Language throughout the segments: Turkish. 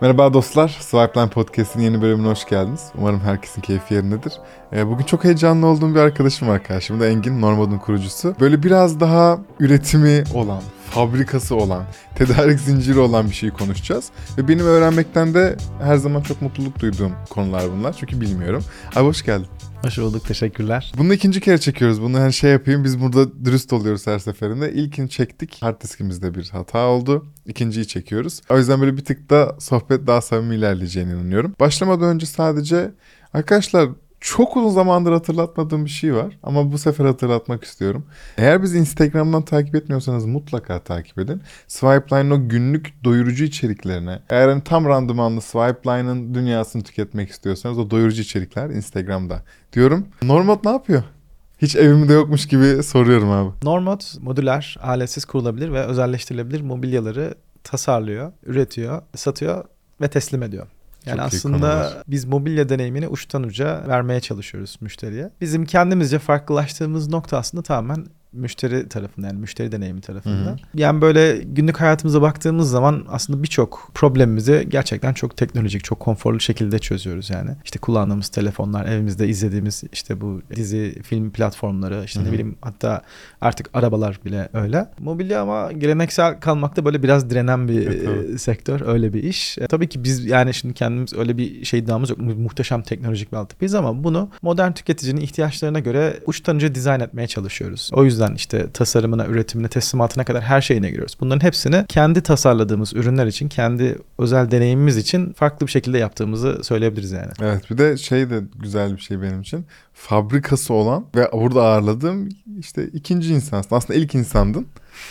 Merhaba dostlar, Swipeline Podcast'in yeni bölümüne hoş geldiniz. Umarım herkesin keyfi yerindedir. Bugün çok heyecanlı olduğum bir arkadaşım var karşımda, Engin, Normod'un kurucusu. Böyle biraz daha üretimi olan, fabrikası olan, tedarik zinciri olan bir şeyi konuşacağız. Ve benim öğrenmekten de her zaman çok mutluluk duyduğum konular bunlar. Çünkü bilmiyorum. Abi hoş geldin. Hoş bulduk, teşekkürler. Bunu ikinci kere çekiyoruz. Bunu hani şey yapayım, biz burada dürüst oluyoruz her seferinde. İlkini çektik. Hard diskimizde bir hata oldu. İkinciyi çekiyoruz. O yüzden böyle bir tık da sohbet daha samimi ilerleyeceğine inanıyorum. Başlamadan önce sadece arkadaşlar çok uzun zamandır hatırlatmadığım bir şey var. Ama bu sefer hatırlatmak istiyorum. Eğer bizi Instagram'dan takip etmiyorsanız mutlaka takip edin. Swipeline'ın o günlük doyurucu içeriklerine, eğer hani tam randımanlı Swipeline'ın dünyasını tüketmek istiyorsanız o doyurucu içerikler Instagram'da diyorum. Normod ne yapıyor? Hiç evimde yokmuş gibi soruyorum abi. Normod modüler, aletsiz kurulabilir ve özelleştirilebilir mobilyaları tasarlıyor, üretiyor, satıyor ve teslim ediyor. Yani Çok iyi aslında konular. biz mobilya deneyimini uçtan uca vermeye çalışıyoruz müşteriye. Bizim kendimizce farklılaştığımız nokta aslında tamamen müşteri tarafında, yani müşteri deneyimi tarafında. Hı hı. Yani böyle günlük hayatımıza baktığımız zaman aslında birçok problemimizi gerçekten çok teknolojik, çok konforlu şekilde çözüyoruz yani. İşte kullandığımız telefonlar, evimizde izlediğimiz işte bu dizi, film platformları, işte Hı hı. ne bileyim, hatta artık arabalar bile öyle. Mobilya ama geleneksel kalmakta böyle biraz direnen bir Evet. sektör, öyle bir iş. Tabii ki biz yani şimdi kendimiz öyle bir şey iddiamız yok. Muhteşem teknolojik bir altyapıyız ama bunu modern tüketicinin ihtiyaçlarına göre uçtan uca dizayn etmeye çalışıyoruz. O yüzden işte tasarımına, üretimine, teslimatına kadar her şeyine giriyoruz. Bunların hepsini kendi tasarladığımız ürünler için, kendi özel deneyimimiz için farklı bir şekilde yaptığımızı söyleyebiliriz yani. Evet, bir de şey de güzel bir şey benim için. Fabrikası olan ve burada ağırladığım işte ikinci insansın. Aslında ilk insandın.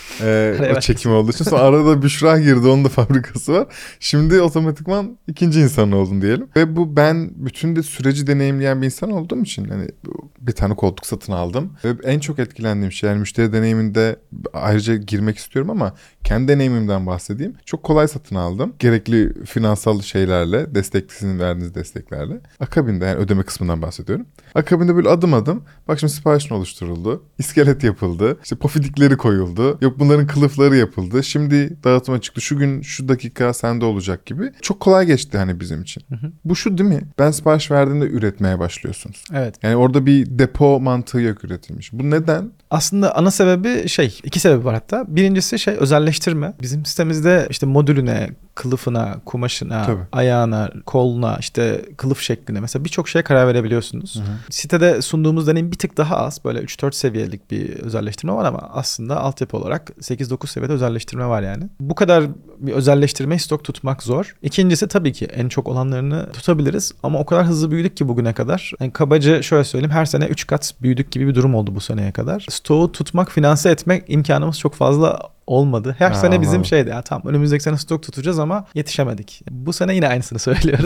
O çekim olduğu için. Sonra arada Büşra girdi. Onun da fabrikası var. Şimdi otomatikman ikinci insan oldun diyelim. Ve bu ben bütün de süreci deneyimleyen bir insan olduğum için hani bir tane koltuk satın aldım. Ve en çok etkilendiğim şey, yani müşteri deneyiminde ayrıca girmek istiyorum ama kendi deneyimimden bahsedeyim. Çok kolay satın aldım. Gerekli finansal şeylerle, sizin verdiğiniz desteklerle. Akabinde, yani ödeme kısmından bahsediyorum. Akabinde böyle adım adım. Bak şimdi siparişin oluşturuldu. İskelet yapıldı. İşte pofidikleri koyuldu. Yok bunların kılıfları yapıldı. Şimdi dağıtıma çıktı. Şu gün şu dakika sende olacak gibi. Çok kolay geçti hani bizim için. Hı hı. Bu şu değil mi? Ben sipariş verdiğimde üretmeye başlıyorsunuz. Evet. Yani orada bir depo mantığı yok üretilmiş. Bu neden? Aslında ana sebebi iki sebebi var hatta. Birincisi özelleştirme. Bizim sitemizde işte modülüne, kılıfına, kumaşına, Tabii. ayağına, koluna, işte kılıf şekline mesela birçok şeye karar verebiliyorsunuz. Hı hı. Sitede sunduğumuz deneyim bir tık daha az. Böyle 3-4 seviyelik bir özelleştirme var ama aslında altyapı olarak 8-9 seviyede özelleştirme var yani. Bu kadar bir özelleştirmeyi stok tutmak zor. İkincisi tabii ki en çok olanlarını tutabiliriz ama o kadar hızlı büyüdük ki bugüne kadar. Yani kabaca şöyle söyleyeyim, her sene 3 kat büyüdük gibi bir durum oldu bu seneye kadar. Stoğu tutmak, finanse etmek imkanımız çok fazla olmadı. Her sene bizim Anladım. ya tamam önümüzdeki sene stok tutacağız ama yetişemedik. Bu sene yine aynısını söylüyoruz.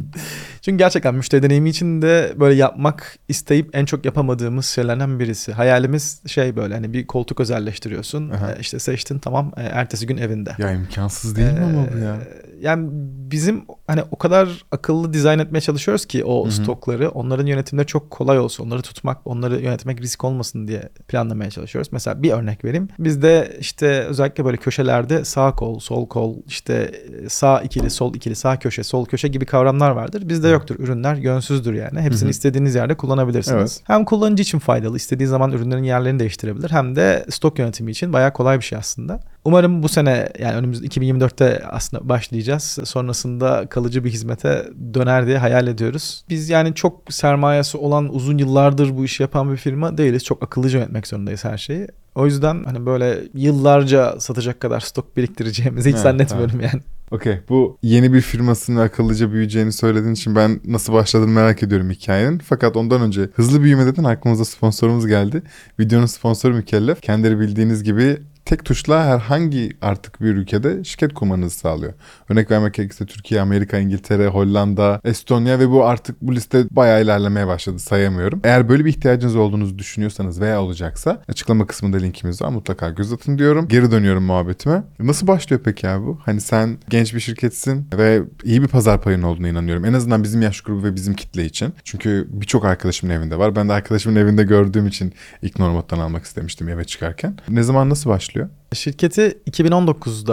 Çünkü gerçekten müşteri deneyimi için de böyle yapmak isteyip en çok yapamadığımız şeylerden birisi. Hayalimiz böyle hani bir koltuk özelleştiriyorsun. Aha. İşte seçtin, tamam, ertesi gün evinde. Ya imkansız değil mi ama bu ya? Yani bizim hani o kadar akıllı dizayn etmeye çalışıyoruz ki o Hı hı. stokları, onların yönetimde çok kolay olsun. Onları tutmak, onları yönetmek risk olmasın diye planlamaya çalışıyoruz. Mesela bir örnek vereyim. Bizde işte özellikle böyle köşelerde sağ kol, sol kol, işte sağ ikili, sol ikili, sağ köşe, sol köşe gibi kavramlar vardır. Bizde yoktur. Ürünler yönsüzdür yani. Hepsini Hı hı. istediğiniz yerde kullanabilirsiniz. Evet. Hem kullanıcı için faydalı, istediği zaman ürünlerin yerlerini değiştirebilir. Hem de stok yönetimi için bayağı kolay bir şey aslında. Umarım bu sene, yani önümüz 2024'te aslında başlayacağız. Sonrasında kalıcı bir hizmete döner diye hayal ediyoruz. Biz yani çok sermayesi olan, uzun yıllardır bu işi yapan bir firma değiliz. Çok akıllıca yönetmek zorundayız her şeyi. O yüzden hani böyle yıllarca satacak kadar stok biriktireceğimizi hiç Evet, zannetmiyorum yani. Okey. Bu yeni bir firmasının akıllıca büyüyeceğini söylediğin için ben nasıl başladığını merak ediyorum hikayenin. Fakat ondan önce hızlı büyüme dedin, aklımıza sponsorumuz geldi. Videonun sponsoru Mükellef. Kendileri bildiğiniz gibi tek tuşla herhangi artık bir ülkede şirket kurmanızı sağlıyor. Örnek vermek gerekirse Türkiye, Amerika, İngiltere, Hollanda, Estonya ve bu artık bu liste bayağı ilerlemeye başladı, sayamıyorum. Eğer böyle bir ihtiyacınız olduğunuzu düşünüyorsanız veya olacaksa açıklama kısmında linkimiz var, mutlaka göz atın diyorum. Geri dönüyorum muhabbetime. Nasıl başlıyor peki abi bu? Hani sen genç bir şirketsin ve iyi bir pazar payının olduğuna inanıyorum. En azından bizim yaş grubu ve bizim kitle için. Çünkü birçok arkadaşımın evinde var. Ben de arkadaşımın evinde gördüğüm için ilk Normod'dan almak istemiştim eve çıkarken. Ne zaman, nasıl başlıyor? Şirketi 2019'da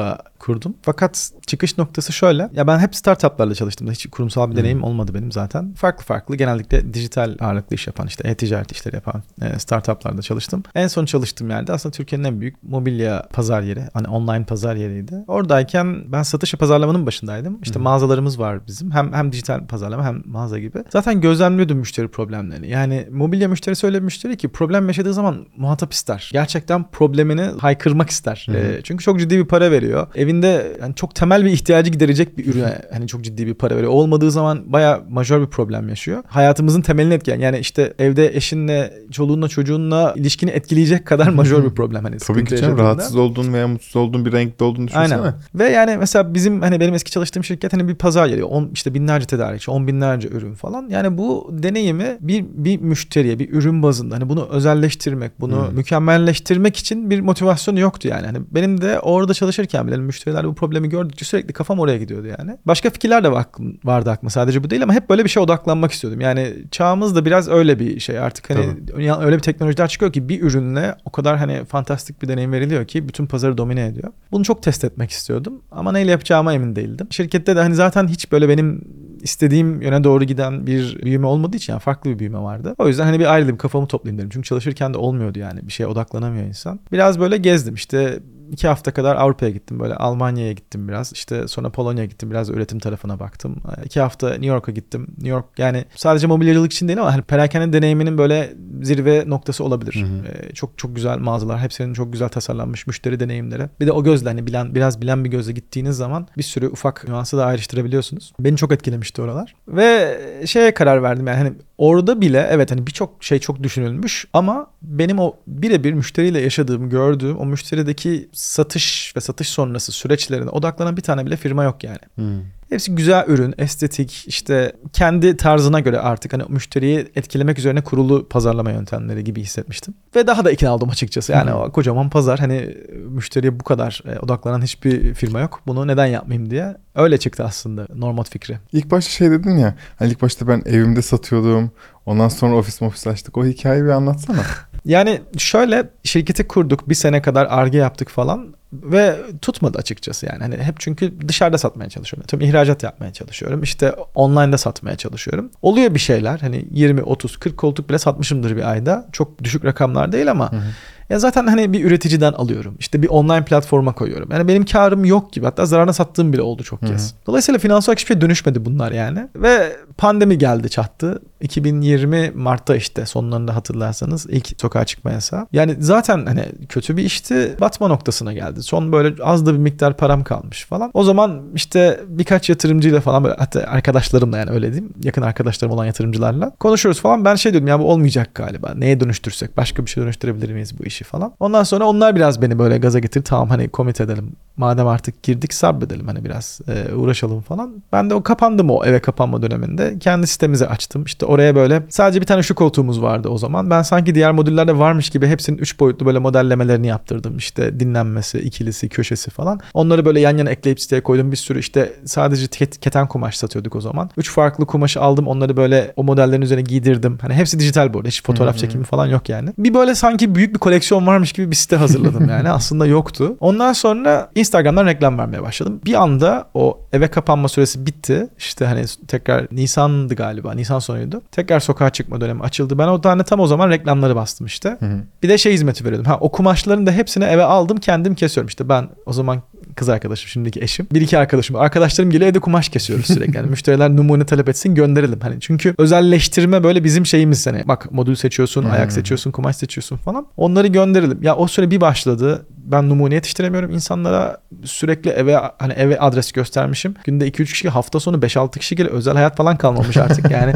kurdum. Fakat çıkış noktası şöyle. Ya ben hep startuplarla çalıştım. Hiç kurumsal bir deneyim olmadı benim zaten. Farklı genellikle dijital ağırlıklı iş yapan, işte e-ticaret işleri yapan startuplarda çalıştım. En son çalıştığım yerde aslında Türkiye'nin en büyük mobilya pazar yeri. Hani online pazar yeriydi. Oradayken ben satış ve pazarlamanın başındaydım. İşte mağazalarımız var bizim. Hem dijital pazarlama hem mağaza gibi. Zaten gözlemliyordum müşteri problemlerini. Yani mobilya müşterisi öyle bir müşteri ki problem yaşadığı zaman muhatap ister. Gerçekten problemini haykırmak ister. Çünkü çok ciddi bir para veriyor. Evinde yani çok temel bir ihtiyacı giderecek bir ürüne hani çok ciddi bir para veriyor. Olmadığı zaman bayağı majör bir problem yaşıyor. Hayatımızın temelini etkileyen, yani işte evde eşinle, çoluğunla, çocuğunla ilişkini etkileyecek kadar majör bir problem. Hani tabii ki canım, rahatsız olduğun veya mutsuz olduğun bir renkte olduğunu düşünsene. Aynen. Ve yani mesela bizim hani benim eski çalıştığım şirket hani bir pazar yeri. İşte binlerce tedarikçi, 10 binlerce ürün falan. Yani bu deneyimi bir müşteriye, bir ürün bazında hani bunu özelleştirmek, bunu mükemmelleştirmek için bir motivasyonu yoktu yani. Hani benim de orada çalışırken bile müşteriler bu problemi gördükçe sürekli kafam oraya gidiyordu yani. Başka fikirler de vardı aklıma, sadece bu değil, ama hep böyle bir şeye odaklanmak istiyordum. Yani çağımız da biraz öyle bir şey artık, hani öyle bir teknolojiler çıkıyor ki bir ürünle o kadar hani fantastik bir deneyim veriliyor ki bütün pazarı domine ediyor. Bunu çok test etmek istiyordum ama neyle yapacağıma emin değildim. Şirkette de hani zaten hiç böyle benim istediğim yöne doğru giden bir büyüme olmadığı için, yani farklı bir büyüme vardı. O yüzden hani bir ayrılayım, kafamı toplayayım dedim. Çünkü çalışırken de olmuyordu yani. Bir şeye odaklanamıyor insan. Biraz böyle gezdim işte. 2 hafta kadar Avrupa'ya gittim. Böyle Almanya'ya gittim biraz. İşte sonra Polonya'ya gittim. Biraz üretim tarafına baktım. 2 hafta New York'a gittim. New York yani sadece mobilyacılık için değil ama hani perakende deneyiminin böyle zirve noktası olabilir. Çok çok güzel mağazalar. Hepsinin çok güzel tasarlanmış müşteri deneyimleri. Bir de o gözle hani biraz bilen bir gözle gittiğiniz zaman bir sürü ufak nüansı da ayrıştırabiliyorsunuz. Beni çok etkilemişti oralar. Ve şeye karar verdim yani hani orada bile evet hani birçok şey çok düşünülmüş ama benim o birebir müşteriyle yaşadığım, gördüğüm o müşterideki satış ve satış sonrası süreçlerine odaklanan bir tane bile firma yok yani. Hepsi güzel ürün, estetik, işte kendi tarzına göre artık hani müşteriyi etkilemek üzerine kurulu pazarlama yöntemleri gibi hissetmiştim. Ve daha da ikna oldum açıkçası. Yani o kocaman pazar, hani müşteriye bu kadar odaklanan hiçbir firma yok. Bunu neden yapmayayım diye. Öyle çıktı aslında Normod fikri. İlk başta şey dedin ya, hani ilk başta ben evimde satıyordum. Ondan sonra ofis açtık. O hikayeyi bir anlatsana. Yani şöyle, şirketi kurduk. 1 sene kadar Ar-Ge yaptık falan. Ve tutmadı açıkçası yani. Hani hep çünkü dışarıda satmaya çalışıyorum. Tüm ihracat yapmaya çalışıyorum. İşte online'da satmaya çalışıyorum. Oluyor bir şeyler. Hani 20, 30, 40 koltuk bile satmışımdır bir ayda. Çok düşük rakamlar değil ama ya zaten hani bir üreticiden alıyorum. İşte bir online platforma koyuyorum. Yani benim karım yok gibi. Hatta zararına sattığım bile oldu çok kez. Dolayısıyla finansal hiçbir şey dönüşmedi bunlar yani. Ve pandemi geldi çattı. 2020 Mart'ta işte sonlarında hatırlarsanız ilk sokağa çıkma yasağı. Yani zaten hani kötü bir işti. Batma noktasına geldi. Son böyle az da bir miktar param kalmış falan. O zaman işte birkaç yatırımcıyla falan böyle, hatta arkadaşlarımla, yani öyle diyeyim, yakın arkadaşlarım olan yatırımcılarla konuşuyoruz falan. Ben şey diyordum ya, bu olmayacak galiba. Neye dönüştürsek? Başka bir şey dönüştürebilir miyiz bu işi falan. Ondan sonra onlar biraz beni böyle gaza getirdi. Tamam hani commit edelim. Madem artık girdik, sabredelim hani biraz uğraşalım falan. Ben de kapandım o eve kapanma döneminde. Kendi sitemizi açtım. İşte oraya böyle sadece bir tane şu koltuğumuz vardı o zaman. Ben sanki diğer modüllerde varmış gibi hepsinin 3 boyutlu böyle modellemelerini yaptırdım. İşte dinlenmesi, ikilisi, köşesi falan. Onları böyle yan yana ekleyip siteye koydum. Bir sürü işte sadece keten kumaş satıyorduk o zaman. 3 farklı kumaşı aldım. Onları böyle o modellerin üzerine giydirdim. Hani hepsi dijital bu arada. Hiç fotoğraf çekimi falan yok yani. Bir böyle sanki büyük bir koleksiyon varmış gibi bir site hazırladım yani. Aslında yoktu. Ondan sonra Instagram'dan reklam vermeye başladım. Bir anda o eve kapanma süresi bitti. İşte hani tekrar Nisan'dı galiba. Nisan sonuydu. Tekrar sokağa çıkma dönemi açıldı. Ben o tane tam o zaman reklamları bastım işte. Bir de şey hizmeti veriyordum. O kumaşların da hepsini eve aldım, kendim kesiyorum. İşte ben o zaman kız arkadaşım, şimdiki eşim. 1-2 arkadaşım. Arkadaşlarım geliyor, evde kumaş kesiyoruz sürekli. Yani müşteriler numune talep etsin, gönderelim. Hani çünkü özelleştirme böyle bizim şeyimiz. Hani bak, modül seçiyorsun, ayak seçiyorsun, kumaş seçiyorsun falan. Onları gönderelim. Ya o süre bir başladı. Ben numune yetiştiremiyorum insanlara. Sürekli eve adres göstermişim. Günde 2-3 kişi, hafta sonu 5-6 kişi geliyor. Özel hayat falan kalmamış artık yani.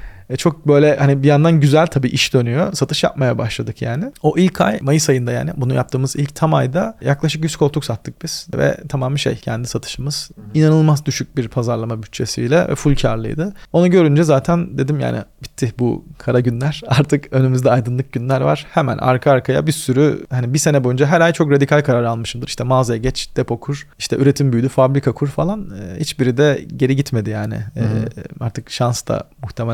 Çok böyle hani bir yandan güzel tabii, iş dönüyor. Satış yapmaya başladık yani. O ilk ay, Mayıs ayında, yani bunu yaptığımız ilk tam ayda yaklaşık 100 koltuk sattık biz. Ve tamamı kendi satışımız. İnanılmaz düşük bir pazarlama bütçesiyle ve full karlıydı. Onu görünce zaten dedim yani bitti bu kara günler. Artık önümüzde aydınlık günler var. Hemen arka arkaya bir sürü, hani 1 sene boyunca her ay çok radikal karar almışımdır. İşte mağazaya geç, depo kur, işte üretim büyüdü, fabrika kur falan. Hiçbiri de geri gitmedi yani. Artık şans da muhtemelen önemli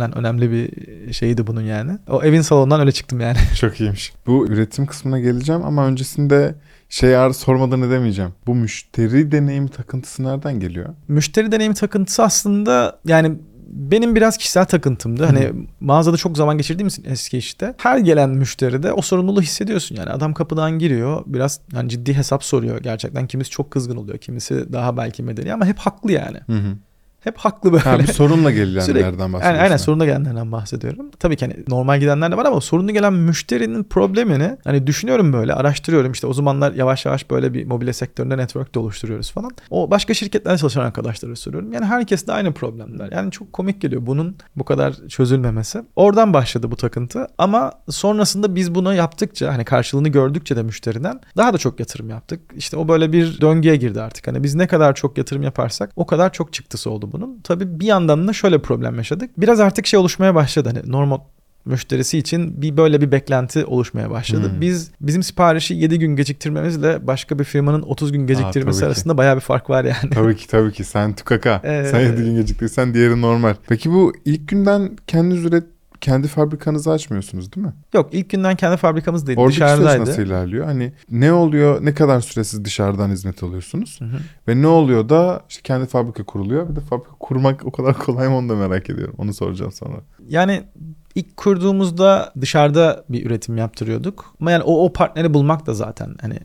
önemli bir şeydi bunun yani. O evin salonundan öyle çıktım yani. Çok iyiymiş. Bu üretim kısmına geleceğim ama öncesinde sormadan edemeyeceğim. Bu müşteri deneyimi takıntısı nereden geliyor? Müşteri deneyimi takıntısı aslında yani benim biraz kişisel takıntımdı. Hani mağazada çok zaman geçirdiğim için eski işte. Her gelen müşteride o sorumluluğu hissediyorsun yani. Adam kapıdan giriyor. Biraz yani ciddi hesap soruyor gerçekten. Kimisi çok kızgın oluyor. Kimisi daha belki medeni ama hep haklı yani. Hep haklı böyle. Bir sorunla gelenlerden bahsediyorsun. Aynen sorunla gelenlerden bahsediyorum. Tabii ki hani normal gidenler de var ama sorunlu gelen müşterinin problemini hani düşünüyorum böyle, araştırıyorum. İşte o zamanlar yavaş yavaş böyle bir mobilya sektöründe network de oluşturuyoruz falan. O başka şirketlerde çalışan arkadaşlara soruyorum. Yani herkes de aynı problemler. Yani çok komik geliyor bunun bu kadar çözülmemesi. Oradan başladı bu takıntı ama sonrasında biz bunu yaptıkça hani karşılığını gördükçe de müşteriden daha da çok yatırım yaptık. İşte o böyle bir döngüye girdi artık. Hani biz ne kadar çok yatırım yaparsak o kadar çok çıktısı oldu bunun. Tabii bir yandan da şöyle problem yaşadık. Biraz artık oluşmaya başladı. Hani normal müşterisi için böyle bir beklenti oluşmaya başladı. Bizim siparişi 7 gün geciktirmemizle başka bir firmanın 30 gün geciktirmesi arasında bayağı bir fark var yani. Tabii ki. Sen tükaka. Sen 7 gün geciktirsen diğeri normal. Peki bu ilk günden kendi fabrikanızı açmıyorsunuz değil mi? Yok, ilk günden kendi fabrikamız değil. Oradaki dışarıdaydı. süreç nasıl ilerliyor? Hani ne oluyor? Ne kadar süresiz dışarıdan hizmet alıyorsunuz? Ve ne oluyor da kendi fabrika kuruluyor? Bir de fabrika kurmak o kadar kolay mı, onu da merak ediyorum. Onu soracağım sonra. Yani ilk kurduğumuzda dışarıda bir üretim yaptırıyorduk. Ama yani o partneri bulmak da zaten hani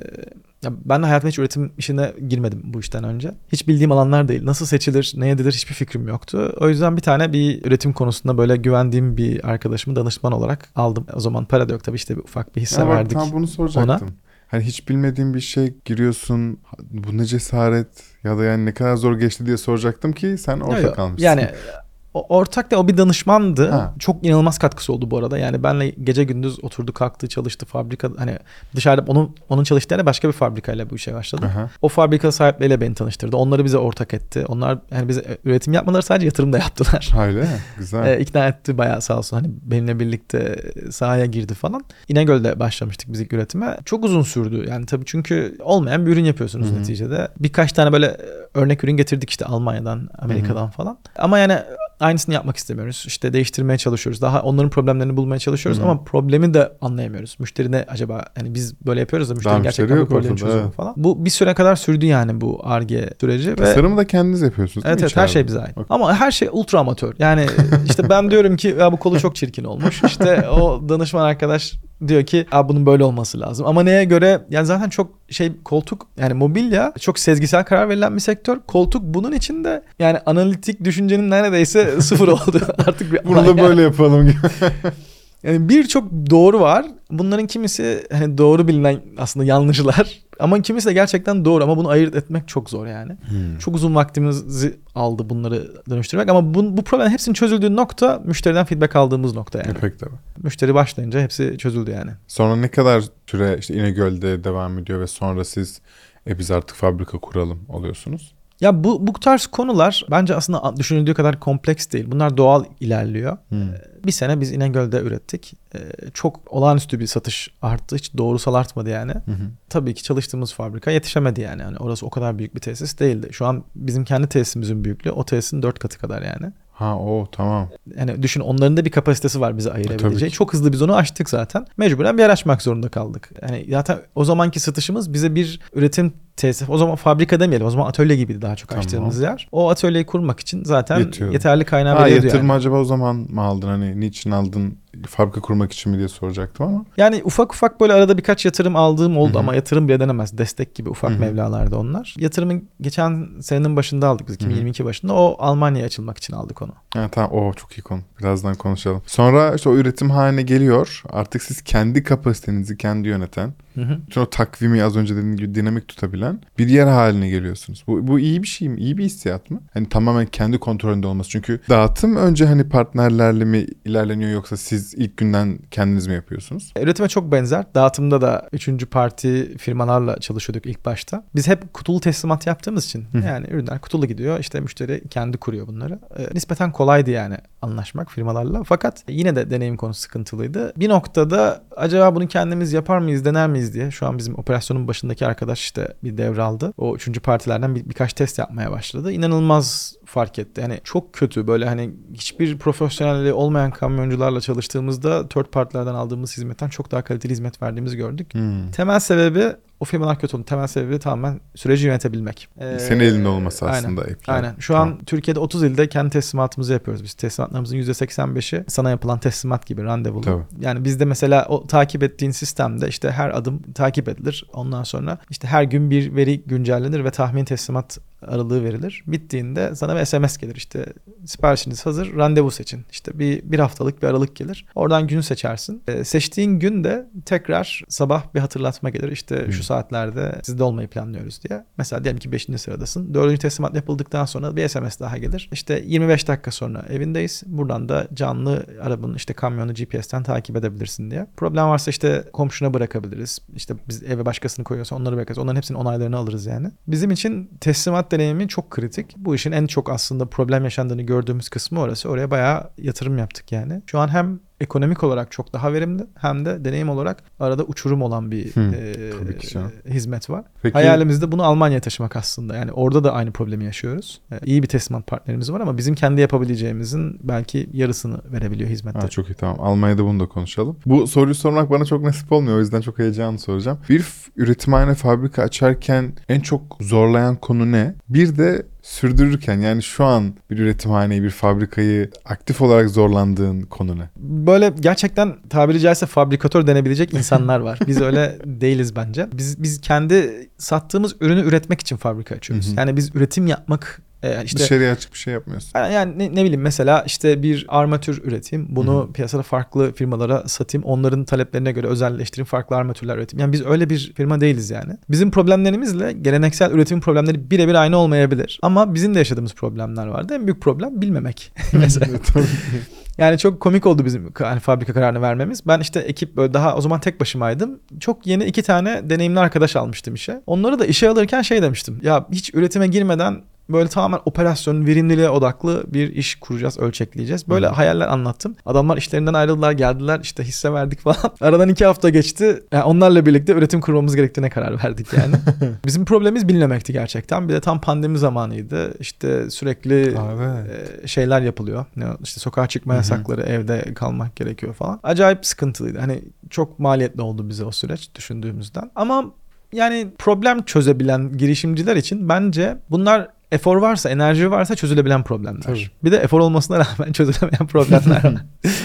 ya ben de hayatımda hiç üretim işine girmedim bu işten önce. Hiç bildiğim alanlar değil. Nasıl seçilir, ne edilir hiçbir fikrim yoktu. O yüzden bir tane bir üretim konusunda böyle güvendiğim bir arkadaşımı danışman olarak aldım. O zaman para da yok tabii, işte bir ufak bir hisse verdik tam bunu soracaktım. ona. Hani hiç bilmediğin bir şey giriyorsun. Bu ne cesaret ya da yani ne kadar zor geçti diye soracaktım ki sen ortak kalmışsın. Yani ortak da o bir danışmandı. Çok inanılmaz katkısı oldu bu arada. Yani benle gece gündüz oturdu, kalktı, çalıştı. Fabrika hani dışarıda onun çalıştığı yerde başka bir fabrikayla bu işe başladı. O fabrika sahipleriyle beni tanıştırdı. Onları bize ortak etti. Onlar yani bize üretim yapmaları, sadece yatırım da yaptılar. Öyle mi? Güzel. İkna etti bayağı, sağ olsun. Hani benimle birlikte sahaya girdi falan. İnegöl'de başlamıştık biz ilk üretime. Çok uzun sürdü. Yani tabii çünkü olmayan bir ürün yapıyorsunuz neticede. Birkaç tane böyle örnek ürün getirdik işte Almanya'dan, Amerika'dan falan. Ama yani aynısını yapmak istemiyoruz. İşte değiştirmeye çalışıyoruz. Daha onların problemlerini bulmaya çalışıyoruz ama problemi de anlayamıyoruz. Müşteri ne acaba? Yani biz böyle yapıyoruz da müşteri gerçekten bu problemi çözüyor mu falan. Bu bir süre kadar sürdü yani bu Ar-Ge süreci. Tasarımı da kendiniz yapıyorsunuz değil mi? Evet, her şey bize ait. Ama her şey ultra amatör. Yani işte ben diyorum ki ya bu kolu çok çirkin olmuş. İşte o danışman arkadaş diyor ki bunun böyle olması lazım. Ama neye göre? Yani zaten çok koltuk, yani mobilya çok sezgisel karar verilen bir sektör. Koltuk bunun içinde yani analitik düşüncenin neredeyse sıfır oldu. Artık bunu da böyle yapalım gibi. Yani birçok doğru var. Bunların kimisi hani doğru bilinen aslında yanlışlar. Ama kimisi de gerçekten doğru, ama bunu ayırt etmek çok zor yani. Çok uzun vaktimizi aldı bunları dönüştürmek, ama bu problem hepsinin çözüldüğü nokta müşteriden feedback aldığımız nokta yani. Peki tabii. Müşteri başlayınca hepsi çözüldü yani. Sonra ne kadar süre işte İnegöl'de devam ediyor ve sonra siz biz artık fabrika kuralım oluyorsunuz? Ya bu tarz konular bence aslında düşünüldüğü kadar kompleks değil. Bunlar doğal ilerliyor. Bir sene biz İnegöl'de ürettik. Çok olağanüstü bir satış arttı. Hiç doğrusal artmadı yani. Tabii ki çalıştığımız fabrika yetişemedi yani. Yani orası o kadar büyük bir tesis değildi. Şu an bizim kendi tesisimizin büyüklüğü o tesisin 4 katı kadar yani. Tamam. Yani düşün, onların da bir kapasitesi var bize ayırabileceği. Çok hızlı biz onu açtık zaten. Mecburen bir yer açmak zorunda kaldık. Yani zaten o zamanki satışımız bize bir üretim tesis. O zaman fabrika demeyelim. O zaman atölye gibiydi daha çok açtığımız yer. O atölyeyi kurmak için zaten yeterli kaynağı veriyordu yani. Yatırım acaba o zaman mı aldın? Hani niçin aldın? Fabrika kurmak için mi diye soracaktım ama. Yani ufak böyle arada birkaç yatırım aldığım oldu ama yatırım bile denemez. Destek gibi ufak mevlalarda onlar. Yatırımı geçen senenin başında aldık biz. 2022 başında. O Almanya'ya açılmak için aldık onu. Tamam. Çok iyi konu. Birazdan konuşalım. Sonra işte o üretim haline geliyor. Artık siz kendi kapasitenizi kendi yöneten, bütün o takvimi az önce dediğim gibi dinamik tutabilen bir yer haline geliyorsunuz. Bu iyi bir şey mi? İyi bir hissiyat mı? Hani tamamen kendi kontrolünde olması. Çünkü dağıtım önce hani partnerlerle mi ilerleniyor, yoksa siz ilk günden kendiniz mi yapıyorsunuz? Üretime çok benzer. Dağıtımda da 3. parti firmalarla çalışıyorduk ilk başta. Biz hep kutulu teslimat yaptığımız için yani ürünler kutulu gidiyor. İşte müşteri kendi kuruyor bunları. Nispeten kolaydı yani anlaşmak firmalarla. Fakat yine de deneyim konusu sıkıntılıydı. Bir noktada acaba bunu kendimiz yapar mıyız, dener miyiz diye şu an bizim operasyonun başındaki arkadaş işte bir devraldı. O üçüncü partilerden birkaç test yapmaya başladı. İnanılmaz fark etti. Yani çok kötü, böyle hani hiçbir profesyonelliği olmayan kamyoncularla çalıştığımızda third partilerden aldığımız hizmetten çok daha kaliteli hizmet verdiğimizi gördük. Temel sebebi o firmalar kötü oldu. Temel sebebi tamamen süreci yönetebilmek. Senin elinde olması aslında. Aynen. Şu an Türkiye'de 30 ilde kendi teslimatımızı yapıyoruz. Biz teslimatlarımızın %85'i sana yapılan teslimat gibi, randevulu. Tabii. Yani bizde mesela o takip ettiğin sistemde işte her adım takip edilir. Ondan sonra işte her gün bir veri güncellenir ve tahmin teslimat aralığı verilir. Bittiğinde sana bir SMS gelir. İşte siparişiniz hazır, randevu seçin. İşte bir haftalık bir aralık gelir. Oradan günü seçersin. Seçtiğin gün de tekrar sabah bir hatırlatma gelir. İşte şu saatlerde sizde olmayı planlıyoruz diye. Mesela diyelim ki 5. sıradasın. 4. teslimat yapıldıktan sonra bir SMS daha gelir. İşte 25 dakika sonra evindeyiz. Buradan da canlı arabanın işte kamyonu GPS'ten takip edebilirsin diye. Problem varsa işte komşuna bırakabiliriz. İşte biz eve başkasını koyuyorsa onları bırakırız. Onların hepsinin onaylarını alırız yani. Bizim için teslimat deneyimi çok kritik. Bu işin en çok aslında problem yaşandığını gördüğümüz kısmı orası. Oraya bayağı yatırım yaptık yani. Şu an hem ekonomik olarak çok daha verimli hem de deneyim olarak arada uçurum olan bir hizmet var. Peki, hayalimiz de bunu Almanya'ya taşımak aslında. Yani orada da aynı problemi yaşıyoruz. İyi bir teslimat partnerimiz var ama bizim kendi yapabileceğimizin belki yarısını verebiliyor hizmette. Çok iyi, tamam. Almanya'da bunu da konuşalım. Bu soruyu sormak bana çok nasip olmuyor. O yüzden çok heyecanlı soracağım. Bir üretimhane, fabrika açarken en çok zorlayan konu ne? Bir de sürdürürken, yani şu an bir üretimhaneyi, bir fabrikayı aktif olarak zorlandığın konu ne? Böyle gerçekten tabiri caizse fabrikatör denebilecek insanlar var. Biz öyle değiliz bence. Biz kendi sattığımız ürünü üretmek için fabrika açıyoruz. Yani biz üretim yapmak işte dışarıya açık bir şey yapmıyorsun. Yani ne bileyim, mesela işte bir armatür üreteyim. Bunu piyasada farklı firmalara satayım. Onların taleplerine göre özelleştireyim. Farklı armatürler üreteyim. Yani biz öyle bir firma değiliz yani. Bizim problemlerimizle geleneksel üretim problemleri birebir aynı olmayabilir. Ama bizim de yaşadığımız problemler vardı. En büyük problem bilmemek. Mesela. Yani çok komik oldu bizim hani fabrika kararını vermemiz. Ben işte ekip böyle daha o zaman tek başımaydım. Çok yeni 2 tane deneyimli arkadaş almıştım işe. Onları da işe alırken şey demiştim. Ya hiç üretime girmeden böyle tamamen operasyonun verimliliğe odaklı bir iş kuracağız, ölçekleyeceğiz. Böyle hayaller anlattım. Adamlar işlerinden ayrıldılar, geldiler, işte hisse verdik falan. Aradan 2 hafta geçti. Yani onlarla birlikte üretim kurmamız gerektiğine karar verdik yani. Bizim problemimiz bilmemekti gerçekten. Bir de tam pandemi zamanıydı. İşte sürekli şeyler yapılıyor. İşte sokağa çıkma yasakları, evde kalmak gerekiyor falan. Acayip sıkıntılıydı. Hani çok maliyetli oldu bize o süreç düşündüğümüzden. Ama yani problem çözebilen girişimciler için bence bunlar efor varsa, enerji varsa çözülebilen problemler. Tabii. Bir de efor olmasına rağmen çözülemeyen problemler var.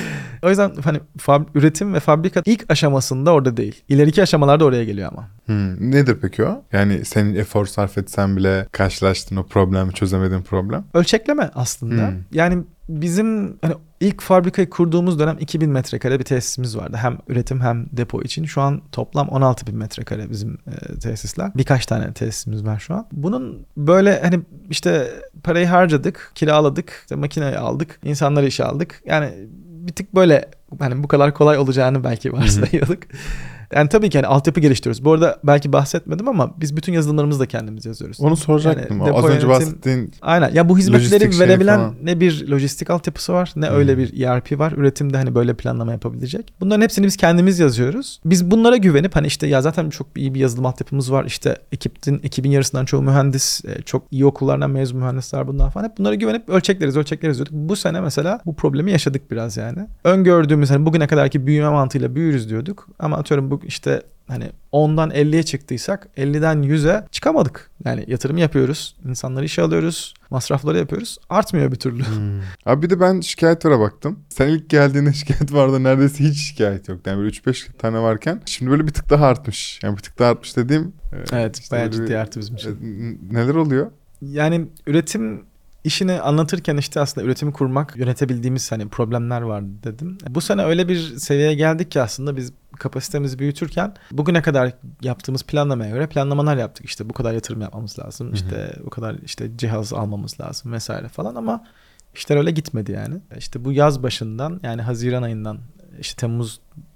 O yüzden hani üretim ve fabrika ilk aşamasında orada değil. İleriki aşamalarda oraya geliyor ama. Nedir peki o? Yani senin efor sarf etsen bile karşılaştığın o problemi, çözemediğin problem? Ölçekleme aslında. Yani bizim hani ilk fabrikayı kurduğumuz dönem 2000 metrekare bir tesisimiz vardı. Hem üretim hem depo için. Şu an toplam 16.000 metrekare bizim tesisler. Birkaç tane tesisimiz var şu an. Bunun böyle hani işte parayı harcadık, kiraladık, işte makineyi aldık, insanları işe aldık. Yani bir tık böyle hani bu kadar kolay olacağını belki varsayıyorduk. Yani tabii ki hani altyapı geliştiriyoruz. Bu arada belki bahsetmedim ama biz bütün yazılımlarımızı da kendimiz yazıyoruz. Onu soracaktım. Yani az önce bahsettiğin aynen. Ya bu hizmetleri verebilen falan. Ne bir lojistik altyapısı var, ne öyle bir ERP var. Üretimde hani böyle planlama yapabilecek. Bunların hepsini biz kendimiz yazıyoruz. Biz bunlara güvenip hani işte ya zaten çok iyi bir yazılım altyapımız var. İşte ekibin yarısından çoğu mühendis, çok iyi okullardan mezun mühendisler bunlar falan. Hep bunlara güvenip ölçekleriz diyorduk. Bu sene mesela bu problemi yaşadık biraz yani. Öngördüğümüz hani bugüne kadarki büyüme mantığıyla büyürüz diyorduk. Ama atıyorum bu işte hani 10'dan 50'ye çıktıysak 50'den 100'e çıkamadık. Yani yatırım yapıyoruz, insanları işe alıyoruz, masrafları yapıyoruz. Artmıyor bir türlü. Abi bir de ben şikayetlere baktım. Sen ilk geldiğinde şikayet vardı, neredeyse hiç şikayet yoktu. Yani böyle 3-5 tane varken şimdi böyle bir tık daha artmış. Yani bir tık daha artmış dediğim. Evet, işte bayağı ciddi arttı bizim için. Neler oluyor? Yani üretim İşini anlatırken işte aslında üretimi kurmak, yönetebildiğimiz hani problemler vardı dedim. Bu sene öyle bir seviyeye geldik ki aslında biz kapasitemizi büyütürken bugüne kadar yaptığımız planlamaya göre planlamalar yaptık. İşte bu kadar yatırım yapmamız lazım. İşte bu kadar işte cihaz almamız lazım vesaire falan ama işler öyle gitmedi yani. İşte bu yaz başından yani Haziran ayından işte Temmuz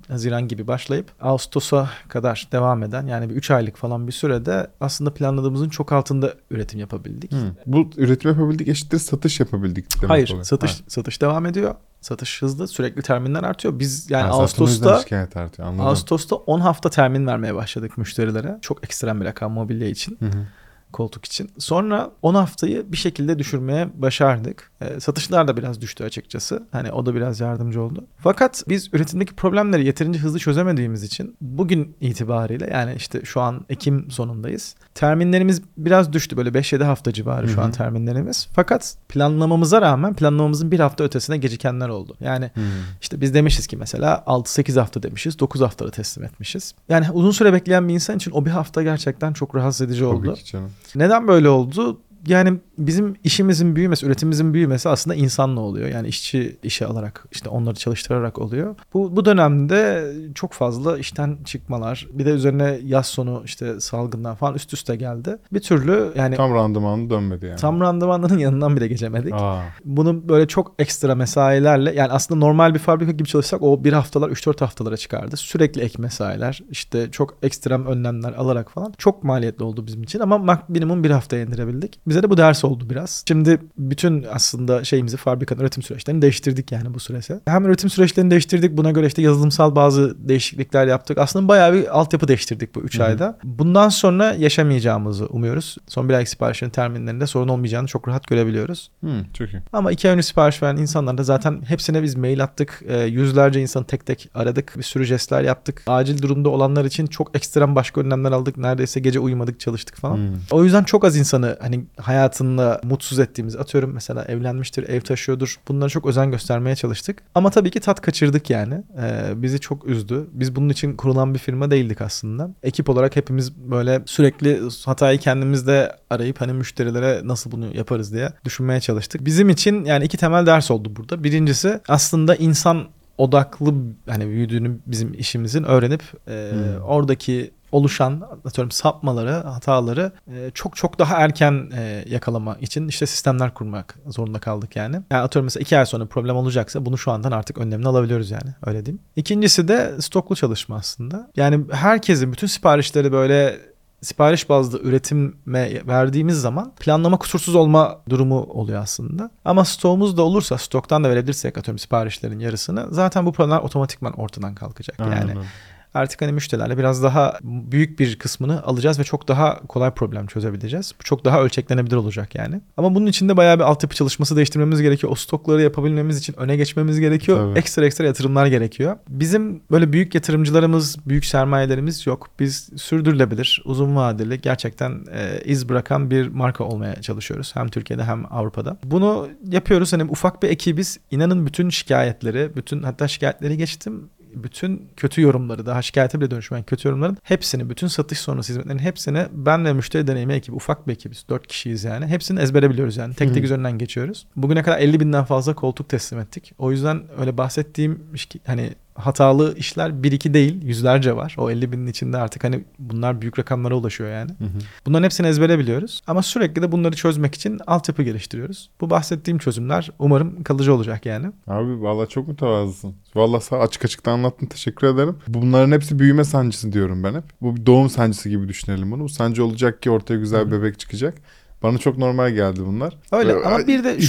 Haziran gibi başlayıp Ağustos'a kadar devam eden yani bir 3 aylık falan bir sürede aslında planladığımızın çok altında üretim yapabildik. Bu üretim yapabildik eşittir satış yapabildik demek Hayır, oluyor. satış devam ediyor. Satış hızlı, sürekli terminler artıyor. Biz yani Ağustos'ta 10 hafta termin vermeye başladık müşterilere. Çok ekstrem bir rakam mobilya için. Koltuk için. Sonra 10 haftayı bir şekilde düşürmeye başardık. Satışlar da biraz düştü açıkçası. Hani o da biraz yardımcı oldu. Fakat biz üretimdeki problemleri yeterince hızlı çözemediğimiz için bugün itibariyle yani işte şu an Ekim sonundayız. Terminlerimiz biraz düştü. Böyle 5-7 hafta civarı şu an terminlerimiz. Fakat planlamamıza rağmen planlamamızın bir hafta ötesine gecikenler oldu. Yani işte biz demişiz ki mesela 6-8 hafta demişiz. 9 haftada teslim etmişiz. Yani uzun süre bekleyen bir insan için o bir hafta gerçekten çok rahatsız edici oldu. Tabii ki canım. Neden böyle oldu? Yani bizim işimizin büyümesi, üretimimizin büyümesi aslında insanla oluyor. Yani işe alarak, işte onları çalıştırarak oluyor. Bu dönemde çok fazla işten çıkmalar, bir de üzerine yaz sonu işte salgından falan üst üste geldi. Bir türlü yani tam randımanı dönmedi yani. Tam randımanının yanından bile geçemedik. Bunu böyle çok ekstra mesailerle yani aslında normal bir fabrika gibi çalışsak o 1 haftalar 3-4 haftalara çıkardı. Sürekli ek mesailer, işte çok ekstrem önlemler alarak falan çok maliyetli oldu bizim için ama minimum 1 haftaya indirebildik. Bize de bu ders oldu biraz. Şimdi bütün aslında fabrikanın üretim süreçlerini değiştirdik yani bu sürece. Hem üretim süreçlerini değiştirdik. Buna göre işte yazılımsal bazı değişiklikler yaptık. Aslında bayağı bir altyapı değiştirdik bu 3 ayda. Bundan sonra yaşamayacağımızı umuyoruz. Son 1 ay siparişlerin terminlerinde sorun olmayacağını çok rahat görebiliyoruz. Çok iyi. Ama 2 ay önce sipariş veren insanlar da zaten hepsine biz mail attık. Yüzlerce insanı tek tek aradık. Bir sürü jestler yaptık. Acil durumda olanlar için çok ekstrem başka önlemler aldık. Neredeyse gece uyumadık, çalıştık falan. O yüzden çok az insanı hani hayatında mutsuz ettiğimiz, atıyorum mesela evlenmiştir, ev taşıyordur. Bunlara çok özen göstermeye çalıştık. Ama tabii ki tat kaçırdık yani. Bizi çok üzdü. Biz bunun için kurulan bir firma değildik aslında. Ekip olarak hepimiz böyle sürekli hatayı kendimizde arayıp hani müşterilere nasıl bunu yaparız diye düşünmeye çalıştık. Bizim için yani 2 temel ders oldu burada. Birincisi aslında insan odaklı hani büyüdüğünü bizim işimizin öğrenip oradaki oluşan atıyorum sapmaları, hataları çok daha erken yakalama için işte sistemler kurmak zorunda kaldık yani. Yani atıyorum mesela 2 ay sonra problem olacaksa bunu şu andan artık önlemini alabiliyoruz yani öyle diyeyim. İkincisi de stoklu çalışma aslında. Yani herkesin bütün siparişleri böyle sipariş bazlı üretime verdiğimiz zaman planlama kusursuz olma durumu oluyor aslında. Ama stoğumuz da olursa, stoktan da verebilirsek atıyorum siparişlerin yarısını zaten bu problemler otomatikman ortadan kalkacak. Yani artık hani müşterilerle biraz daha büyük bir kısmını alacağız ve çok daha kolay problem çözebileceğiz. Bu çok daha ölçeklenebilir olacak yani. Ama bunun için de bayağı bir altyapı çalışması değiştirmemiz gerekiyor. O stokları yapabilmemiz için öne geçmemiz gerekiyor. Tabii. Ekstra yatırımlar gerekiyor. Bizim böyle büyük yatırımcılarımız, büyük sermayelerimiz yok. Biz sürdürülebilir, uzun vadeli, gerçekten iz bırakan bir marka olmaya çalışıyoruz. Hem Türkiye'de hem Avrupa'da. Bunu yapıyoruz. Hani ufak bir ekibiz. İnanın bütün şikayetleri, hatta şikayetleri geçtim. Bütün kötü yorumları, daha şikayete bile dönüşmeyen kötü yorumların hepsini, bütün satış sonrası hizmetlerin hepsini ben ve müşteri deneyimi ekibi, ufak bir ekibiz, 4 kişiyiz yani. Hepsini ezbere biliyoruz yani. Tek tek üzerinden geçiyoruz. Bugüne kadar 50.000'den fazla koltuk teslim ettik. O yüzden öyle bahsettiğim hani hatalı işler 1-2 değil, yüzlerce var. O 50.000'in içinde artık hani bunlar büyük rakamlara ulaşıyor yani. Bunların hepsini ezbere biliyoruz. Ama sürekli de bunları çözmek için altyapı geliştiriyoruz. Bu bahsettiğim çözümler umarım kalıcı olacak yani. Abi vallahi çok mütevazısın. Vallahi sağ açık anlattın. Teşekkür ederim. Bunların hepsi büyüme sancısı diyorum ben hep. Bu bir doğum sancısı gibi düşünelim bunu. Bu sancı olacak ki ortaya güzel bir bebek çıkacak. Bana çok normal geldi bunlar. Öyle ama bir de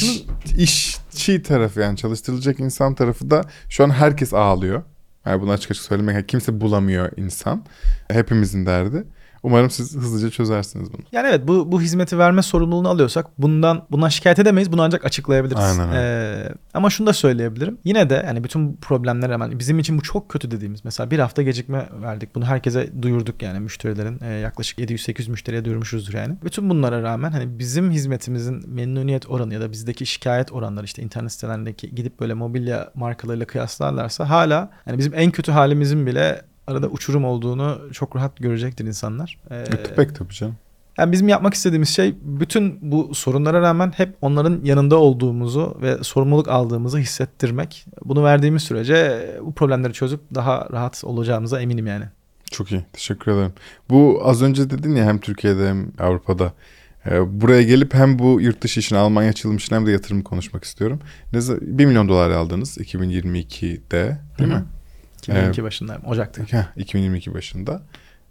işçi tarafı yani çalıştırılacak insan tarafı da şu an herkes ağlıyor. Yani bunu açık söylemek yani kimse bulamıyor insan. Hepimizin derdi. Umarım siz hızlıca çözersiniz bunu. Yani evet bu hizmeti verme sorumluluğunu alıyorsak bundan şikayet edemeyiz. Bunu ancak açıklayabiliriz. Aynen. Ama şunu da söyleyebilirim. Yine de yani bütün problemlere rağmen bizim için bu çok kötü dediğimiz mesela 1 hafta gecikme verdik. Bunu herkese duyurduk yani müşterilerin yaklaşık 700-800 müşteriye duyurmuşuzdur yani. Bütün bunlara rağmen hani bizim hizmetimizin memnuniyet oranı ya da bizdeki şikayet oranları işte internet sitelerindeki gidip böyle mobilya markalarıyla kıyaslarlarsa hala yani bizim en kötü halimizin bile arada uçurum olduğunu çok rahat görecektir insanlar. Pek tabii canım. Yani bizim yapmak istediğimiz şey bütün bu sorunlara rağmen hep onların yanında olduğumuzu ve sorumluluk aldığımızı hissettirmek. Bunu verdiğimiz sürece bu problemleri çözüp daha rahat olacağımıza eminim yani. Çok iyi. Teşekkür ederim. Bu az önce dedin ya hem Türkiye'de hem Avrupa'da. Buraya gelip hem bu yurt dışı işini Almanya açılmışını hem de yatırım konuşmak istiyorum. $1 milyon aldınız 2022'de değil mi? 2022 başındayım. Ocak'ta. 2022 başında.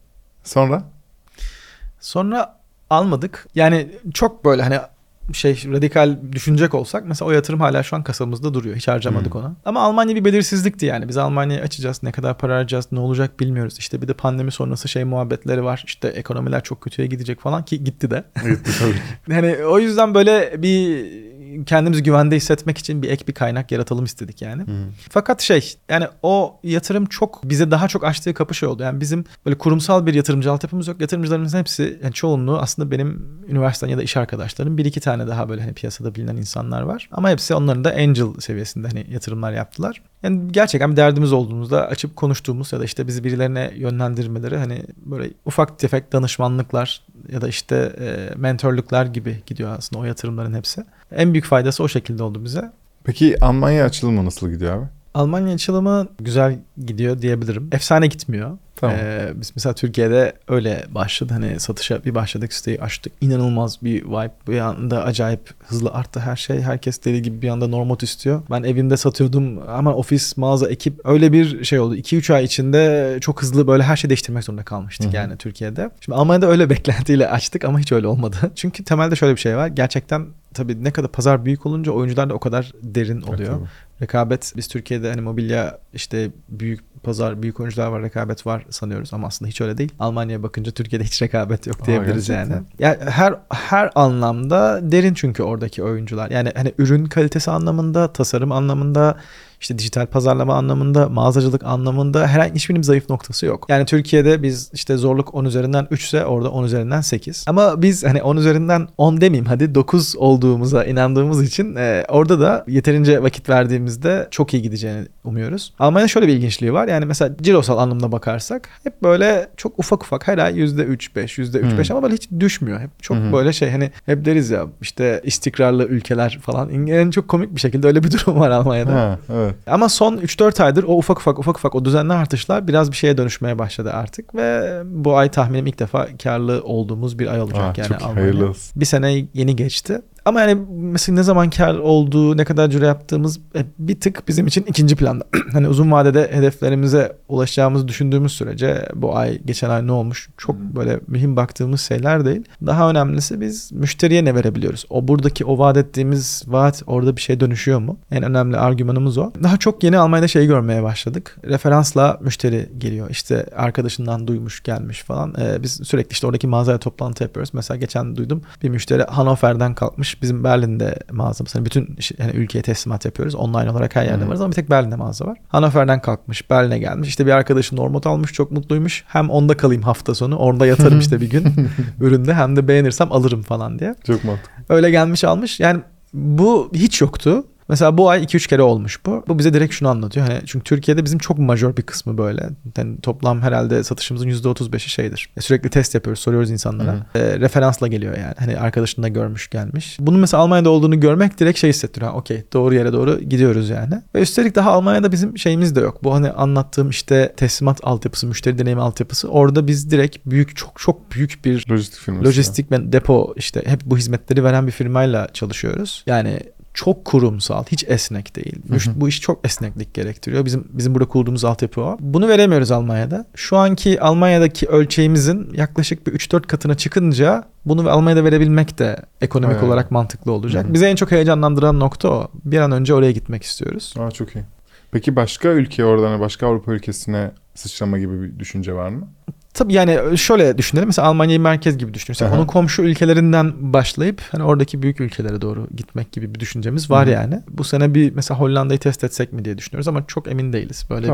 Sonra almadık. Yani çok böyle hani radikal düşünecek olsak mesela o yatırım hala şu an kasamızda duruyor. Hiç harcamadık ona. Ama Almanya bir belirsizlikti yani. Biz Almanya'yı açacağız. Ne kadar para harcayacağız? Ne olacak bilmiyoruz. İşte bir de pandemi sonrası muhabbetleri var. İşte ekonomiler çok kötüye gidecek falan ki gitti de. Gitti tabii ki. Yani o yüzden böyle bir kendimizi güvende hissetmek için bir ek bir kaynak yaratalım istedik yani. Fakat yani o yatırım bize daha çok açtığı kapı oldu. Yani bizim böyle kurumsal bir yatırımcı altyapımız yok. Yatırımcılarımızın hepsi yani çoğunluğu aslında benim üniversiteden ya da iş arkadaşlarım. Bir iki tane daha böyle hani piyasada bilinen insanlar var. Ama hepsi onların da angel seviyesinde hani yatırımlar yaptılar. Yani gerçekten bir derdimiz olduğumuzda açıp konuştuğumuz ya da işte bizi birilerine yönlendirmeleri hani böyle ufak tefek danışmanlıklar ya da işte mentörlükler gibi gidiyor aslında o yatırımların hepsi. En büyük faydası o şekilde oldu bize. Peki Almanya açılımı nasıl gidiyor abi? Almanya açılımı güzel gidiyor diyebilirim. Efsane gitmiyor. Tamam. Biz mesela Türkiye'de öyle başladı. Hani satışa bir başladık, siteyi açtık. İnanılmaz bir vibe. Bir anda acayip hızlı arttı her şey. Herkes deli gibi bir anda Normot istiyor. Ben evimde satıyordum ama ofis, mağaza, ekip öyle bir oldu. 2-3 ay içinde çok hızlı böyle her şeyi değiştirmek zorunda kalmıştık yani Türkiye'de. Şimdi Almanya'da öyle beklentiyle açtık ama hiç öyle olmadı. Çünkü temelde şöyle bir şey var. Gerçekten tabii ne kadar pazar büyük olunca oyuncular da o kadar derin oluyor. Evet, rekabet, biz Türkiye'de hani mobilya işte büyük pazar, büyük oyuncular var, rekabet var sanıyoruz ama aslında hiç öyle değil. Almanya'ya bakınca Türkiye'de hiç rekabet yok diyebiliriz yani. Yani her anlamda derin çünkü oradaki oyuncular. Yani hani ürün kalitesi anlamında, tasarım anlamında, işte dijital pazarlama anlamında, mağazacılık anlamında herhangi hiçbirinin zayıf noktası yok. Yani Türkiye'de biz işte zorluk 10 üzerinden 3 ise orada 10 üzerinden 8. Ama biz hani 10 üzerinden 10 demeyeyim hadi 9 olduğumuza inandığımız için orada da yeterince vakit verdiğimizde çok iyi gideceğini umuyoruz. Almanya'da şöyle bir ilginçliği var. Yani mesela cirosal anlamda bakarsak hep böyle çok ufak her ay %3-5, %3-5 ama böyle hiç düşmüyor. Hep çok böyle hani hep deriz ya işte istikrarlı ülkeler falan. Yani çok komik bir şekilde öyle bir durum var Almanya'da. Evet. Ama son 3-4 aydır o ufak o düzenli artışlar biraz bir şeye dönüşmeye başladı artık ve bu ay tahminim ilk defa karlı olduğumuz bir ay olacak yani Almanya. Hayırlı olsun. Bir sene yeni geçti. Ama yani mesela ne zaman kar olduğu, ne kadar cüre yaptığımız bir tık bizim için ikinci planda. Hani uzun vadede hedeflerimize ulaşacağımızı düşündüğümüz sürece bu ay, geçen ay ne olmuş çok böyle mühim baktığımız şeyler değil. Daha önemlisi biz müşteriye ne verebiliyoruz? Buradaki o vaat ettiğimiz vaat orada bir şey dönüşüyor mu? En önemli argümanımız o. Daha çok yeni Almanya'da görmeye başladık. Referansla müşteri geliyor. İşte arkadaşından duymuş gelmiş falan. Biz sürekli işte oradaki mağazaya toplantı yapıyoruz. Mesela geçen duydum bir müşteri Hannover'den kalkmış. Bizim Berlin'de mağazamız. Hani bütün ülkeye teslimat yapıyoruz. Online olarak her yerde varız ama bir tek Berlin'de mağaza var. Hannover'den kalkmış. Berlin'e gelmiş. İşte bir arkadaşım Normot almış. Çok mutluymuş. Hem onda kalayım hafta sonu. Orada yatarım işte bir gün üründe. Hem de beğenirsem alırım falan diye. Çok mantıklı. Öyle gelmiş almış. Yani bu hiç yoktu. Mesela bu ay 2-3 kere olmuş bu. Bu bize direkt şunu anlatıyor. Hani çünkü Türkiye'de bizim çok majör bir kısmı böyle. Yani toplam herhalde satışımızın %35'i sürekli test yapıyoruz, soruyoruz insanlara. Referansla geliyor yani. Hani arkadaşını da görmüş gelmiş. Bunun mesela Almanya'da olduğunu görmek direkt hissettiriyor. Okey, doğru yere doğru gidiyoruz yani. Ve üstelik daha Almanya'da bizim şeyimiz de yok. Bu hani anlattığım işte teslimat altyapısı, müşteri deneyimi altyapısı. Orada biz direkt büyük, çok büyük bir lojistik ve depo işte hep bu hizmetleri veren bir firmayla çalışıyoruz. Yani çok kurumsal, hiç esnek değil. Bu iş çok esneklik gerektiriyor. Bizim burada kurduğumuz altyapı o. Bunu veremiyoruz Almanya'da. Şu anki Almanya'daki ölçeğimizin yaklaşık bir 3-4 katına çıkınca bunu Almanya'da verebilmek de ekonomik olarak mantıklı olacak. Bize en çok heyecanlandıran nokta o. Bir an önce oraya gitmek istiyoruz. Çok iyi. Peki başka başka Avrupa ülkesine sıçrama gibi bir düşünce var mı? Tabii yani şöyle düşünelim. Mesela Almanya'yı merkez gibi düşünürsen onun komşu ülkelerinden başlayıp hani oradaki büyük ülkelere doğru gitmek gibi bir düşüncemiz var yani. Bu sene bir mesela Hollanda'yı test etsek mi diye düşünüyoruz ama çok emin değiliz. Böyle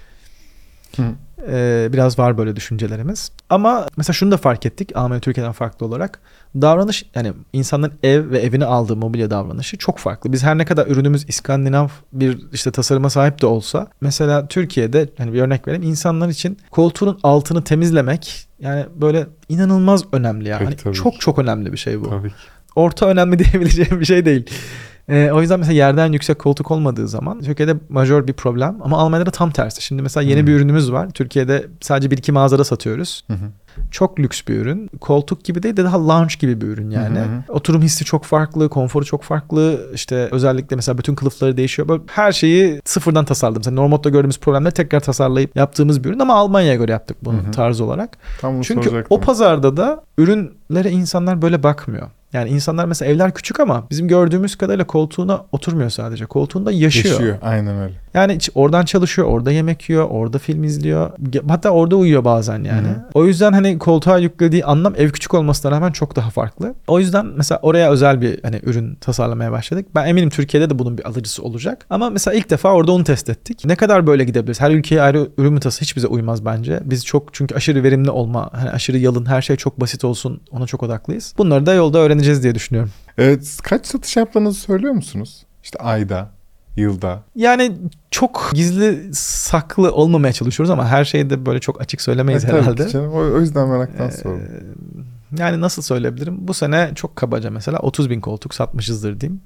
biraz var böyle düşüncelerimiz. Ama mesela şunu da fark ettik Almanya Türkiye'den farklı olarak. Davranış yani insanların ev ve evine aldığı mobilya davranışı çok farklı. Biz her ne kadar ürünümüz İskandinav bir işte tasarıma sahip de olsa mesela Türkiye'de hani bir örnek vereyim insanlar için koltuğun altını temizlemek yani böyle inanılmaz önemli yani. Hani çok önemli bir şey bu. Tabii ki. Orta önemli diyebileceğim bir şey değil. O yüzden mesela yerden yüksek koltuk olmadığı zaman Türkiye'de majör bir problem ama Almanya'da tam tersi. Şimdi mesela yeni bir ürünümüz var. Türkiye'de sadece 1-2 mağazada satıyoruz. çok lüks bir ürün. Koltuk gibi değil de daha lounge gibi bir ürün yani. Oturum hissi çok farklı, konforu çok farklı. İşte özellikle mesela bütün kılıfları değişiyor. Böyle her şeyi sıfırdan tasarladım. Mesela Normode'da gördüğümüz problemleri tekrar tasarlayıp yaptığımız bir ürün ama Almanya'ya göre yaptık bunu tarz olarak. Çünkü o pazarda da ürünlere insanlar böyle bakmıyor. Yani insanlar mesela evler küçük ama bizim gördüğümüz kadarıyla koltuğuna oturmuyor sadece. Koltuğunda yaşıyor. Yaşıyor, aynen öyle. Yani oradan çalışıyor, orada yemek yiyor, orada film izliyor. Hatta orada uyuyor bazen yani. O yüzden hani koltuğa yüklediği anlam ev küçük olmasına rağmen çok daha farklı. O yüzden mesela oraya özel bir hani ürün tasarlamaya başladık. Ben eminim Türkiye'de de bunun bir alıcısı olacak. Ama mesela ilk defa orada onu test ettik. Ne kadar böyle gidebiliriz? Her ülkeye ayrı ürün mü hiç bize uymaz bence. Biz çok çünkü aşırı verimli olma, hani aşırı yalın, her şey çok basit olsun, ona çok odaklıyız. Bunları da yolda öğreneceğiz diye düşünüyorum. Evet, kaç satış yaptığınızı söylüyor musunuz? İşte ayda, yılda. Yani çok gizli saklı olmamaya çalışıyoruz ama her şeyi de böyle çok açık söylemeyiz herhalde. Canım. O yüzden meraktan sordum. Yani nasıl söyleyebilirim? Bu sene çok kabaca mesela 30.000 koltuk satmışızdır diyeyim.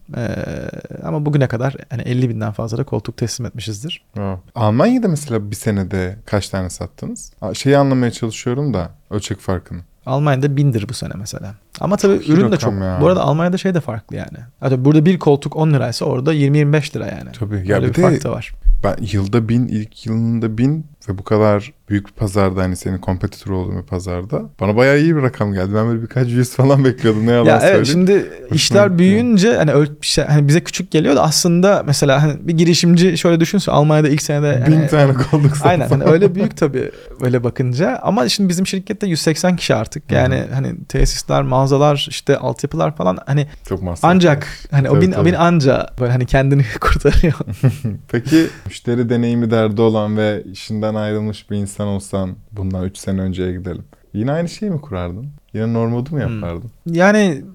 Ama bugüne kadar hani 50.000'den fazla da koltuk teslim etmişizdir. Almanya'da mesela bir senede kaç tane sattınız? Şeyi anlamaya çalışıyorum da ölçek farkını. Almanya'da 1000'dir bu sene mesela. Ama tabii çok ürün de çok. Ya. Bu arada Almanya'da şey de farklı yani. Hatta burada bir koltuk 10 liraysa orada 20-25 lira yani. Tabii. Ya bir fark da var. Ben yılda 1000, ilk yılında 1000 ve bu kadar büyük bir pazarda, hani senin kompetitör olduğun bir pazarda bana bayağı iyi bir rakam geldi. Ben böyle birkaç yüz falan bekliyordum, ne yalan söyleyeyim. Evet, şimdi işler büyüyünce hani hani bize küçük geliyor da aslında mesela hani bir girişimci şöyle düşünsün, Almanya'da ilk senede 1000 tane koltuk satsa. Aynen, hani öyle büyük tabii böyle bakınca, ama şimdi bizim şirkette 180 kişi artık. Yani hani tesisler, mağazalar, işte altyapılar falan, hani çok ancak hani tabii, o bin anca böyle hani kendini kurtarıyor. Peki müşteri deneyimi derdi olan ve işinden ayrılmış bir insan olsan, bundan 3 sene önceye gidelim. Yine aynı şeyi mi kurardın? Yine Normode'u mu yapardın? Yani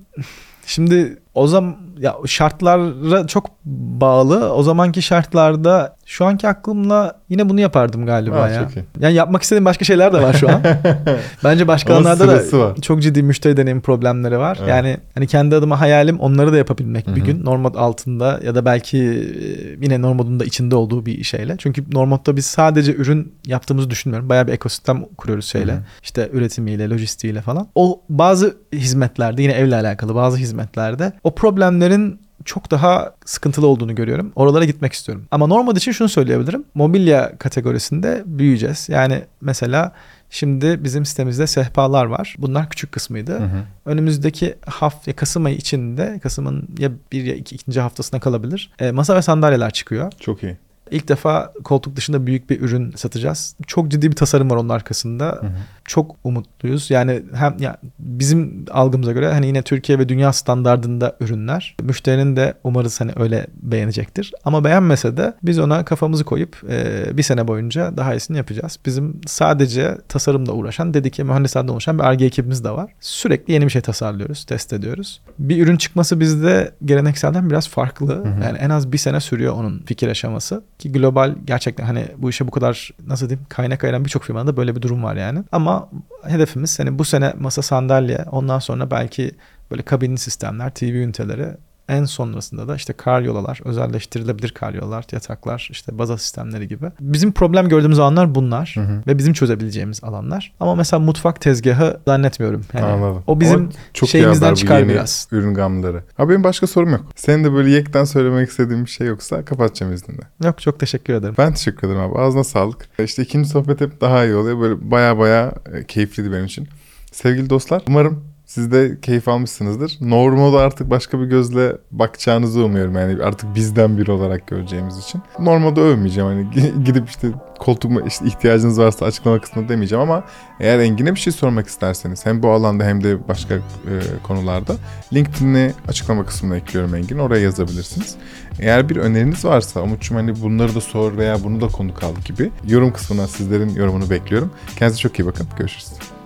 şimdi o zaman ya şartlara çok bağlı. O zamanki şartlarda şu anki aklımla yine bunu yapardım galiba ya. Yani yapmak istediğim başka şeyler de var şu an. Bence başka alanlarda da var. Çok ciddi müşteri deneyim problemleri var. Evet. Yani hani kendi adıma hayalim onları da yapabilmek bir gün. Normode altında ya da belki yine Normode'un da içinde olduğu bir şeyle. Çünkü Normode'da biz sadece ürün yaptığımızı düşünmüyorum. Bayağı bir ekosistem kuruyoruz şeyle. İşte üretimiyle, lojistiğiyle falan. O bazı hizmetlerde, yine evle alakalı bazı hizmetlerde o problemlerin çok daha sıkıntılı olduğunu görüyorum. Oralara gitmek istiyorum. Ama Normode için şunu söyleyebilirim. Mobilya kategorisinde büyüyeceğiz. Yani mesela şimdi bizim sitemizde sehpalar var. Bunlar küçük kısmıydı. Önümüzdeki Kasım ayı içinde, Kasım'ın ya 1 ya 2. haftasına kalabilir. Masa ve sandalyeler çıkıyor. Çok iyi. İlk defa koltuk dışında büyük bir ürün satacağız. Çok ciddi bir tasarım var onun arkasında. Çok umutluyuz. Yani hem bizim algımıza göre hani yine Türkiye ve dünya standardında ürünler. Müşterinin de umarız hani öyle beğenecektir. Ama beğenmese de biz ona kafamızı koyup bir sene boyunca daha iyisini yapacağız. Bizim sadece tasarımla uğraşan, dedike mühendislerden oluşan bir Ar-Ge ekibimiz de var. Sürekli yeni bir şey tasarlıyoruz, test ediyoruz. Bir ürün çıkması bizde gelenekselden biraz farklı. Yani en az bir sene sürüyor onun fikir aşaması. Ki global gerçekten hani bu işe bu kadar nasıl diyeyim kaynak ayıran birçok firmada böyle bir durum var yani. Ama hedefimiz hani bu sene masa sandalye, ondan sonra belki böyle kabinli sistemler, TV üniteleri, en sonrasında da işte karyolalar, özelleştirilebilir karyolalar, yataklar, işte baza sistemleri gibi. Bizim problem gördüğümüz alanlar bunlar ve bizim çözebileceğimiz alanlar. Ama mesela mutfak tezgahı zannetmiyorum. Yani anladım. O bizim şeyimizden çıkar biraz. Ürün gamları. Abi benim başka sorum yok. Senin de böyle yekten söylemek istediğin bir şey yoksa kapatacağım izninle. Yok, çok teşekkür ederim. Ben teşekkür ederim abi. Ağzına sağlık. İşte ikinci sohbet hep daha iyi oluyor. Böyle baya keyifliydi benim için. Sevgili dostlar, umarım siz de keyif almışsınızdır. Normode artık başka bir gözle bakacağınızı umuyorum. Yani artık bizden biri olarak göreceğimiz için. Normode övmeyeceğim. Hani gidip işte koltuk işte ihtiyacınız varsa açıklama kısmında demeyeceğim ama eğer Engin'e bir şey sormak isterseniz hem bu alanda hem de başka konularda LinkedIn'i açıklama kısmına ekliyorum Engin. Oraya yazabilirsiniz. Eğer bir öneriniz varsa Umut'cum hani bunları da sor veya bunu da konuk al gibi yorum kısmına sizlerin yorumunu bekliyorum. Kendinize çok iyi bakın. Görüşürüz.